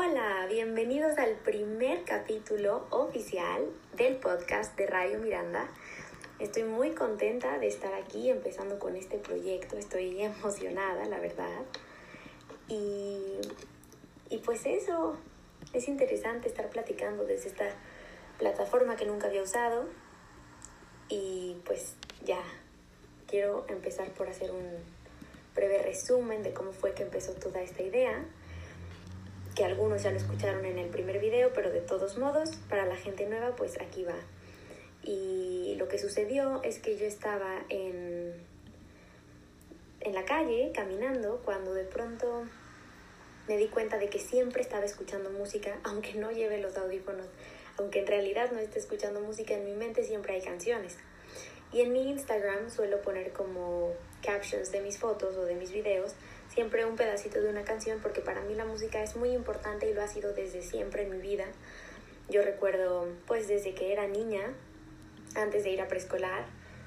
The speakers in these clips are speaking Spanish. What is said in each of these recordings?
Hola, bienvenidos al primer capítulo oficial del podcast de Radio Miranda. Estoy muy contenta de estar aquí empezando con este proyecto, estoy emocionada, la verdad. Y pues eso, es interesante estar platicando desde esta plataforma que nunca había usado. Y pues ya, quiero empezar por hacer un breve resumen de cómo fue que empezó toda esta idea, que algunos ya lo escucharon en el primer video, pero de todos modos, para la gente nueva, pues aquí va. Y lo que sucedió es que yo estaba en la calle, caminando, cuando de pronto me di cuenta de que siempre estaba escuchando música, aunque no lleve los audífonos, aunque en realidad no esté escuchando música, en mi mente siempre hay canciones. Y en mi Instagram suelo poner como captions de mis fotos o de mis videos, siempre un pedacito de una canción, porque para mí la música es muy importante y lo ha sido desde siempre en mi vida. Yo recuerdo, pues desde que era niña, antes de ir a preescolar,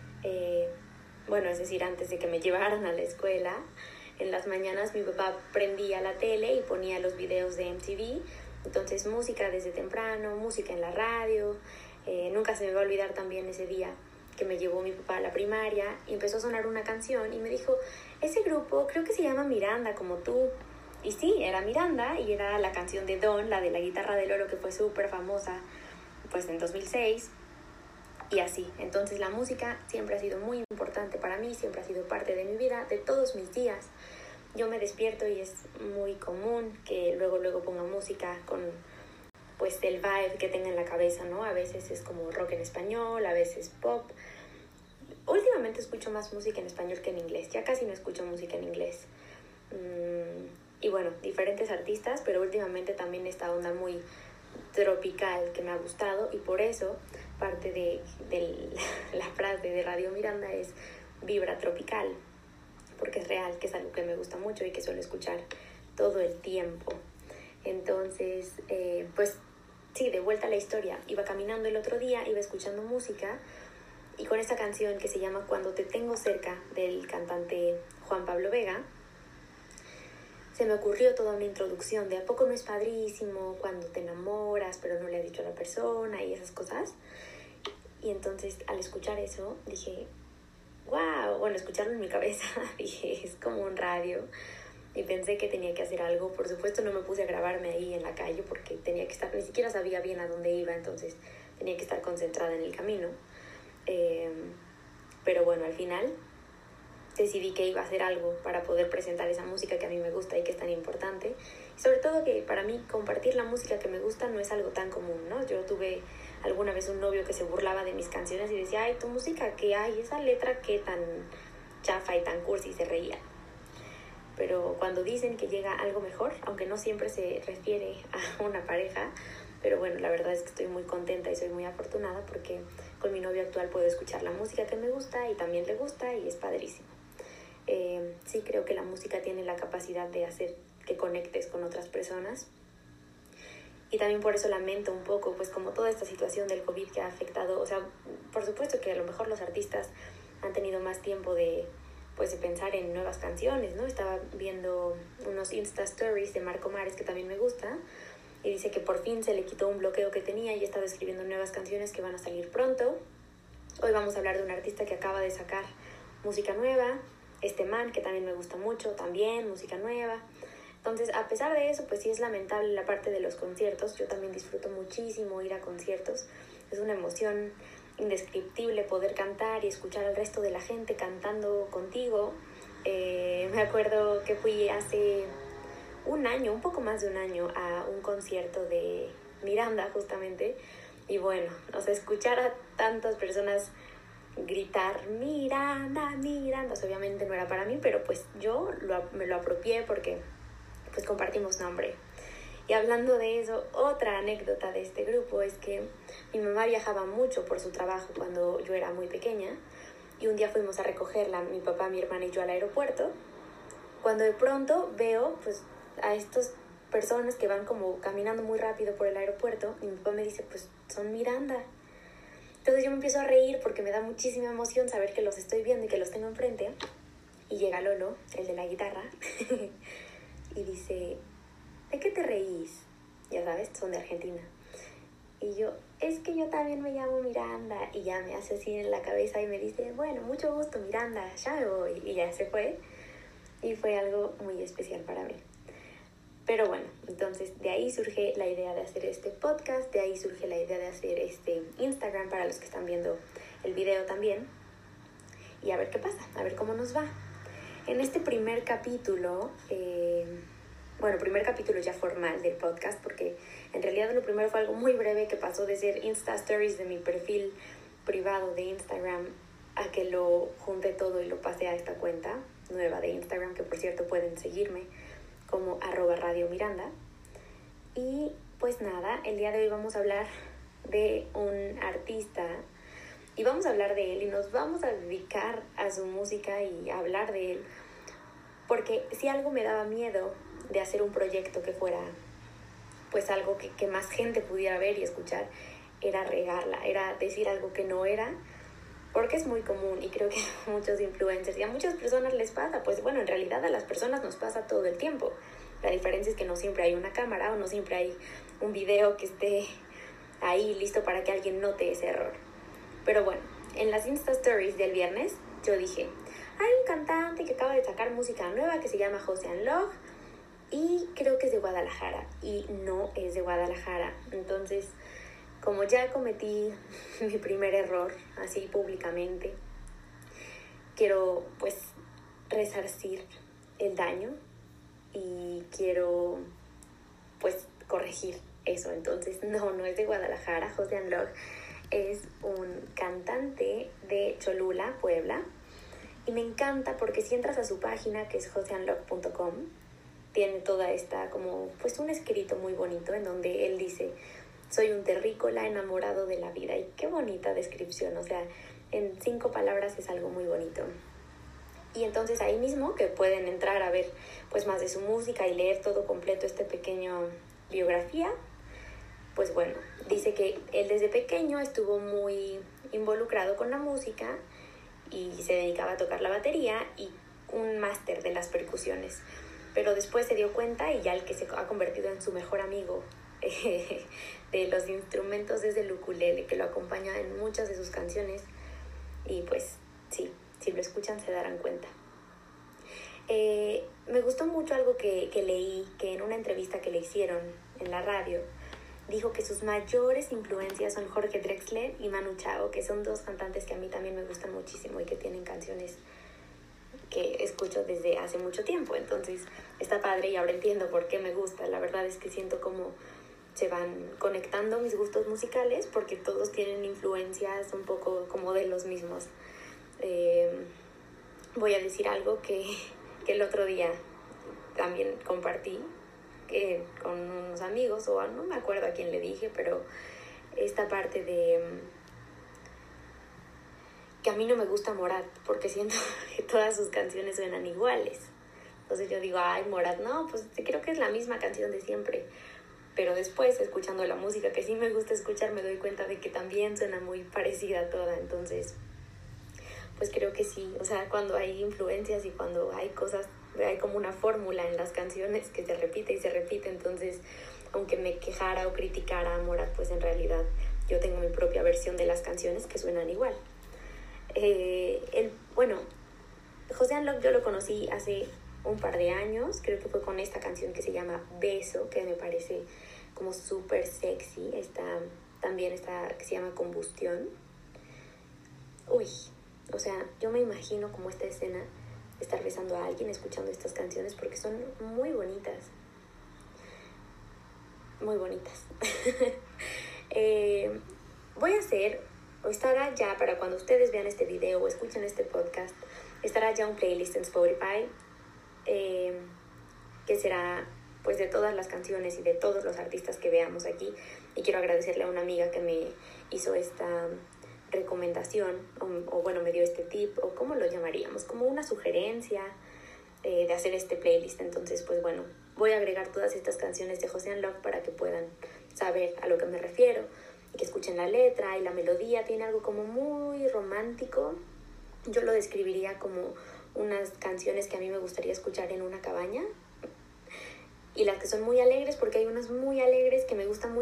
es decir, antes de que me llevaran a la escuela, en las mañanas mi papá prendía la tele y ponía los videos de MTV, entonces música desde temprano, música en la radio. Nunca se me va a olvidar también ese día que me llevó mi papá a la primaria y empezó a sonar una canción y me dijo, ese grupo creo que se llama Miranda, como tú. Y sí, era Miranda y era la canción de Don, la de la guitarra del oro, que fue súper famosa pues en 2006 y así. Entonces la música siempre ha sido muy importante para mí, siempre ha sido parte de mi vida, de todos mis días. Yo me despierto y es muy común que luego ponga música con pues el vibe que tenga en la cabeza, ¿no? A veces es como rock en español, a veces pop. Últimamente escucho más música en español que en inglés, ya casi no escucho música en inglés. Y bueno, diferentes artistas, pero últimamente también esta onda muy tropical que me ha gustado y por eso parte de la frase de Radio Miranda es vibra tropical, porque es real, que es algo que me gusta mucho y que suelo escuchar todo el tiempo. Entonces, pues sí, de vuelta a la historia. Iba caminando el otro día, iba escuchando música y con esta canción que se llama Cuando te tengo cerca, del cantante Juan Pablo Vega, se me ocurrió toda una introducción de ¿a poco no es padrísimo cuando te enamoras pero no le has dicho a la persona y esas cosas? Y entonces al escuchar eso dije, wow, bueno, escucharlo en mi cabeza, dije, es como un radio. Y pensé que tenía que hacer algo. Por supuesto no me puse a grabarme ahí en la calle porque tenía que estar, ni siquiera sabía bien a dónde iba, entonces tenía que estar concentrada en el camino. Pero bueno, al final decidí que iba a hacer algo para poder presentar esa música que a mí me gusta y que es tan importante. Y sobre todo que para mí compartir la música que me gusta no es algo tan común, ¿no? Yo tuve alguna vez un novio que se burlaba de mis canciones y decía, ay, tu música, ¿qué hay? Esa letra, ¿qué tan chafa y tan cursi? Y se reía. Pero cuando dicen que llega algo mejor, aunque no siempre se refiere a una pareja, pero bueno, la verdad es que estoy muy contenta y soy muy afortunada porque con mi novio actual puedo escuchar la música que me gusta y también le gusta y es padrísimo. Sí creo que la música tiene la capacidad de hacer que conectes con otras personas y también por eso lamento un poco, pues como toda esta situación del COVID que ha afectado, o sea, por supuesto que a lo mejor los artistas han tenido más tiempo de pensar en nuevas canciones, ¿no? Estaba viendo unos Insta Stories de Marco Mares que también me gusta y dice que por fin se le quitó un bloqueo que tenía y estaba escribiendo nuevas canciones que van a salir pronto. Hoy vamos a hablar de un artista que acaba de sacar música nueva, este man que también me gusta mucho, también música nueva. Entonces, a pesar de eso, pues sí es lamentable la parte de los conciertos. Yo también disfruto muchísimo ir a conciertos. Es una emoción indescriptible poder cantar y escuchar al resto de la gente cantando contigo. Me acuerdo que fui hace un año, un poco más de un año, a un concierto de Miranda justamente. Y bueno, o sea, escuchar a tantas personas gritar Miranda, Miranda, o sea, obviamente no era para mí, pero pues yo me lo apropié porque pues compartimos nombre. Y hablando de eso, otra anécdota de este grupo es que mi mamá viajaba mucho por su trabajo cuando yo era muy pequeña y un día fuimos a recogerla, mi papá, mi hermana y yo al aeropuerto, cuando de pronto veo pues a estas personas que van como caminando muy rápido por el aeropuerto y mi papá me dice, pues son Miranda. Entonces yo me empiezo a reír porque me da muchísima emoción saber que los estoy viendo y que los tengo enfrente y llega Lolo, el de la guitarra, y dice, ¿de qué te reís? ya sabes, son de Argentina. Y yo, es que yo también me llamo Miranda. Y ya me hace así en la cabeza y me dice, bueno, mucho gusto Miranda, ya me voy. Y ya se fue. Y fue algo muy especial para mí. Pero bueno, entonces de ahí surge la idea de hacer este podcast, de ahí surge la idea de hacer este Instagram para los que están viendo el video también. Y a ver qué pasa, a ver cómo nos va. En este primer capítulo, primer capítulo ya formal del podcast, porque en realidad lo primero fue algo muy breve que pasó de ser Insta Stories de mi perfil privado de Instagram a que lo junté todo y lo pasé a esta cuenta nueva de Instagram, que por cierto pueden seguirme como @radiomiranda. Y pues nada, el día de hoy vamos a hablar de un artista y vamos a hablar de él y nos vamos a dedicar a su música y a hablar de él, porque si algo me daba miedo de hacer un proyecto que fuera pues algo que más gente pudiera ver y escuchar, era regarla, era decir algo que no era, porque es muy común y creo que a muchos influencers y a muchas personas les pasa, pues bueno, en realidad a las personas nos pasa todo el tiempo. La diferencia es que no siempre hay una cámara o no siempre hay un video que esté ahí listo para que alguien note ese error. Pero bueno, en las Insta Stories del viernes yo dije, hay un cantante que acaba de sacar música nueva que se llama Josean Log y creo que es de Guadalajara, y no es de Guadalajara. Entonces, como ya cometí mi primer error así públicamente, quiero pues resarcir el daño y quiero pues corregir eso. Entonces no es de Guadalajara. Josean Log es un cantante de Cholula, Puebla, y me encanta porque si entras a su página, que es joseanlog.com, tiene toda esta como pues un escrito muy bonito en donde él dice: soy un terrícola enamorado de la vida. Y qué bonita descripción, o sea, en 5 palabras es algo muy bonito. Y entonces ahí mismo, que pueden entrar a ver pues más de su música y leer todo completo este pequeño biografía, pues bueno, dice que él desde pequeño estuvo muy involucrado con la música y se dedicaba a tocar la batería y un máster de las percusiones. Pero después se dio cuenta, y ya el que se ha convertido en su mejor amigo de los instrumentos es el ukulele, que lo acompaña en muchas de sus canciones. Y pues sí, si lo escuchan se darán cuenta. Me gustó mucho algo que leí, que en una entrevista que le hicieron en la radio, dijo que sus mayores influencias son Jorge Drexler y Manu Chao, que son 2 cantantes que a mí también me gustan muchísimo y que tienen canciones que escucho desde hace mucho tiempo. Entonces está padre y ahora entiendo por qué me gusta. La verdad es que siento como se van conectando mis gustos musicales, porque todos tienen influencias un poco como de los mismos. Voy a decir algo que el otro día también compartí con unos amigos, o no me acuerdo a quién le dije, pero esta parte de que a mí no me gusta Morat, porque siento que todas sus canciones suenan iguales. Entonces yo digo, ay, Morat, no, pues creo que es la misma canción de siempre. Pero después, escuchando la música que sí me gusta escuchar, me doy cuenta de que también suena muy parecida toda. Entonces, pues creo que sí. O sea, cuando hay influencias y cuando hay cosas, hay como una fórmula en las canciones que se repite y se repite. Entonces, aunque me quejara o criticara a Morat, pues en realidad yo tengo mi propia versión de las canciones que suenan igual. Josean Log yo lo conocí hace un par de años, creo que fue con esta canción que se llama Beso, que me parece como súper sexy. También esta que se llama Combustión. Uy, o sea, yo me imagino como esta escena de estar besando a alguien escuchando estas canciones, porque son muy bonitas. Muy bonitas. Voy a hacer, o estará ya, para cuando ustedes vean este video o escuchen este podcast, estará ya un playlist en Spotify que será pues de todas las canciones y de todos los artistas que veamos aquí. Y quiero agradecerle a una amiga que me hizo esta recomendación, o bueno, me dio este tip, o cómo lo llamaríamos, como una sugerencia de hacer este playlist. Entonces, pues bueno, voy a agregar todas estas canciones de Josean Log para que puedan saber a lo que me refiero, y que escuchen la letra y la melodía. Tiene algo como muy romántico. Yo lo describiría como unas canciones que a mí me gustaría escuchar en una cabaña, y las que son muy alegres, porque hay unas muy alegres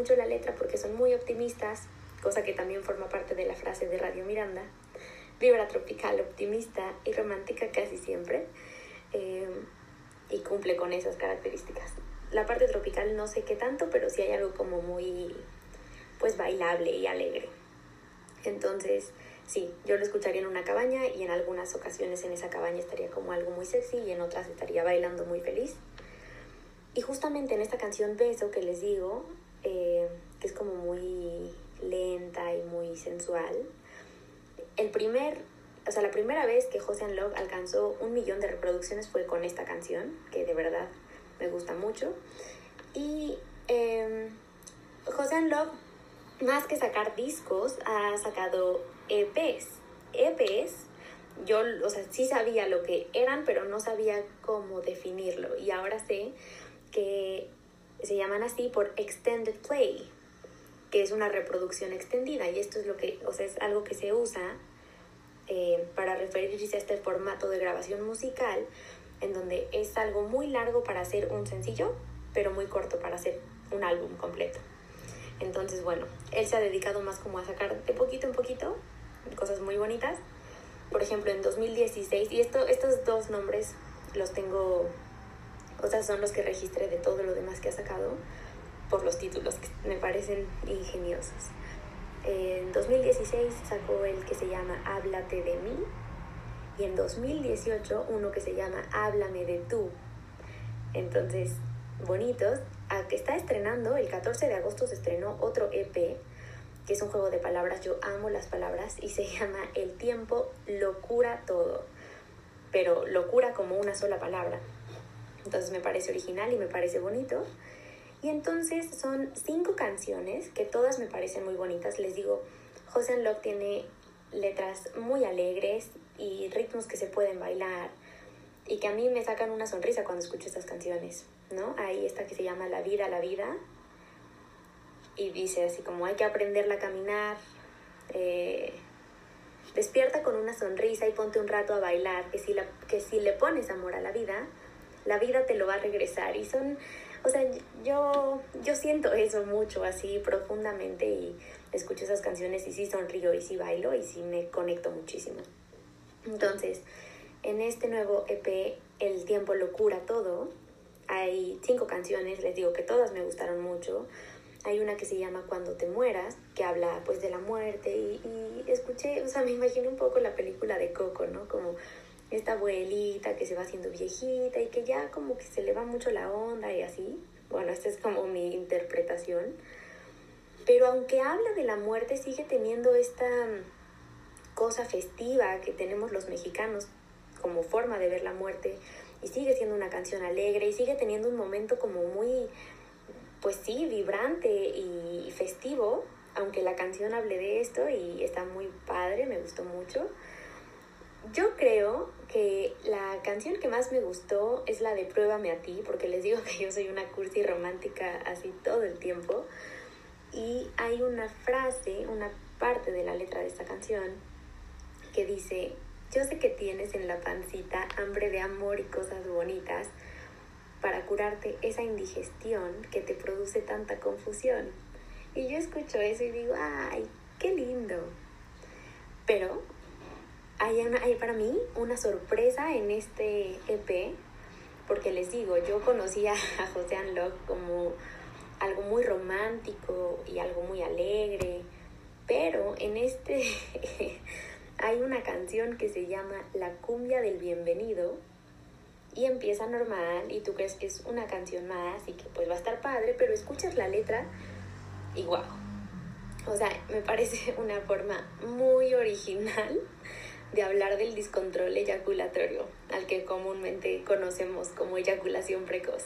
mucho la letra porque son muy optimistas, cosa que también forma parte de la frase de Radio Miranda. Vibra tropical, optimista y romántica casi siempre. Y cumple con esas características. La parte tropical no sé qué tanto, pero sí hay algo como muy, pues, bailable y alegre. Entonces, sí, yo lo escucharía en una cabaña y en algunas ocasiones en esa cabaña estaría como algo muy sexy y en otras estaría bailando muy feliz. Y justamente en esta canción Beso que les digo, que es como muy lenta y muy sensual, la primera vez que José Love alcanzó 1 millón de reproducciones fue con esta canción, que de verdad me gusta mucho. Y José Love, más que sacar discos, ha sacado EPs. Yo, sí sabía lo que eran, pero no sabía cómo definirlo. Y ahora sé que se llaman así por Extended Play, que es una reproducción extendida. Y esto es es algo que se usa para referirse a este formato de grabación musical, en donde es algo muy largo para hacer un sencillo, pero muy corto para hacer un álbum completo. Entonces, bueno, él se ha dedicado más como a sacar de poquito en poquito cosas muy bonitas. Por ejemplo, en 2016, y estos dos nombres los tengo, son los que registré de todo lo demás que ha sacado, por los títulos que me parecen ingeniosos. En 2016 sacó el que se llama Háblate de mí, y en 2018 uno que se llama Háblame de tú. Entonces, bonitos. A que está estrenando, el 14 de agosto se estrenó otro EP, que es un juego de palabras. Yo amo las palabras, y se llama El tiempo lo cura todo, pero lo cura como una sola palabra. Entonces me parece original y me parece bonito. Y entonces son 5 canciones que todas me parecen muy bonitas. Les digo, José Love tiene letras muy alegres y ritmos que se pueden bailar y que a mí me sacan una sonrisa cuando escucho estas canciones, ¿no? Hay esta que se llama La vida, y dice así como: hay que aprenderla a caminar, despierta con una sonrisa y ponte un rato a bailar, que si le pones amor a la vida te lo va a regresar. Y son, yo siento eso mucho, así profundamente, y escucho esas canciones y sí sonrío y sí bailo y sí me conecto muchísimo. Entonces, en este nuevo EP, El tiempo lo cura todo, hay 5 canciones, les digo que todas me gustaron mucho. Hay una que se llama Cuando te mueras, que habla pues de la muerte, y escuché, me imagino un poco la película de Coco, ¿no? Como esta abuelita que se va haciendo viejita y que ya como que se le va mucho la onda y así. Bueno, esta es como mi interpretación. Pero aunque habla de la muerte, sigue teniendo esta cosa festiva que tenemos los mexicanos como forma de ver la muerte, y sigue siendo una canción alegre y sigue teniendo un momento como muy, pues sí, vibrante y festivo, aunque la canción hable de esto, y está muy padre, me gustó mucho. Yo creo que la canción que más me gustó es la de Pruébame a ti, porque les digo que yo soy una cursi romántica así todo el tiempo, y hay una frase, una parte de la letra de esta canción que dice: yo sé que tienes en la pancita hambre de amor y cosas bonitas para curarte esa indigestión que te produce tanta confusión. Y yo escucho eso y digo: ¡ay, qué lindo! Pero hay para mí una sorpresa en este EP, porque les digo, yo conocía a José Love como algo muy romántico y algo muy alegre, pero en este hay una canción que se llama La cumbia del bienvenido, y empieza normal y tú crees que es una canción más y que pues va a estar padre, pero escuchas la letra y guau. Me parece una forma muy original de hablar del descontrol eyaculatorio, al que comúnmente conocemos como eyaculación precoz.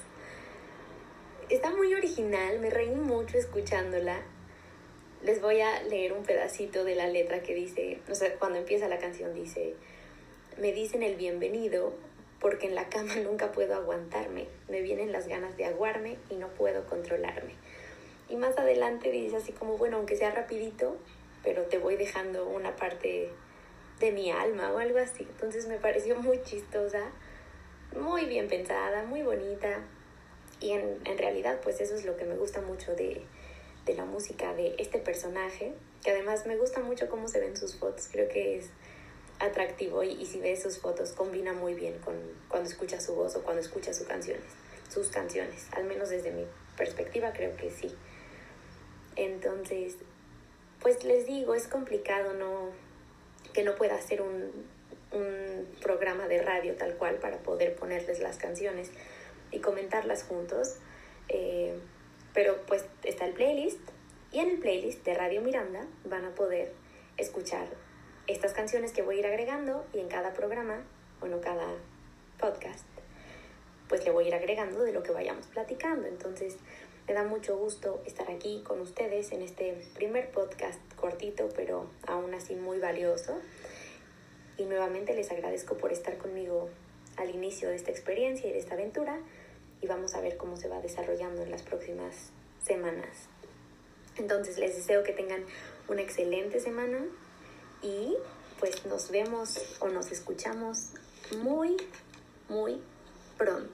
Está muy original, me reí mucho escuchándola. Les voy a leer un pedacito de la letra que dice, cuando empieza la canción dice: me dicen el bienvenido porque en la cama nunca puedo aguantarme, me vienen las ganas de aguarme y no puedo controlarme. Y más adelante dice así como: bueno, aunque sea rapidito, pero te voy dejando una parte de mi alma o algo así. Entonces me pareció muy chistosa, muy bien pensada, muy bonita, y en realidad pues eso es lo que me gusta mucho de de la música de este personaje, que además me gusta mucho cómo se ven sus fotos, creo que es atractivo y si ves sus fotos combina muy bien con cuando escuchas su voz o cuando escuchas sus canciones, al menos desde mi perspectiva creo que sí. Entonces, pues les digo, es complicado que no pueda hacer un programa de radio tal cual para poder ponerles las canciones y comentarlas juntos, pero pues está el playlist y en el playlist de Radio Miranda van a poder escuchar estas canciones que voy a ir agregando y en cada programa, cada podcast, pues le voy a ir agregando de lo que vayamos platicando. Entonces me da mucho gusto estar aquí con ustedes en este primer podcast cortito, pero aún así muy valioso. Y nuevamente les agradezco por estar conmigo al inicio de esta experiencia y de esta aventura. Y vamos a ver cómo se va desarrollando en las próximas semanas. Entonces les deseo que tengan una excelente semana y pues nos vemos o nos escuchamos muy, muy pronto.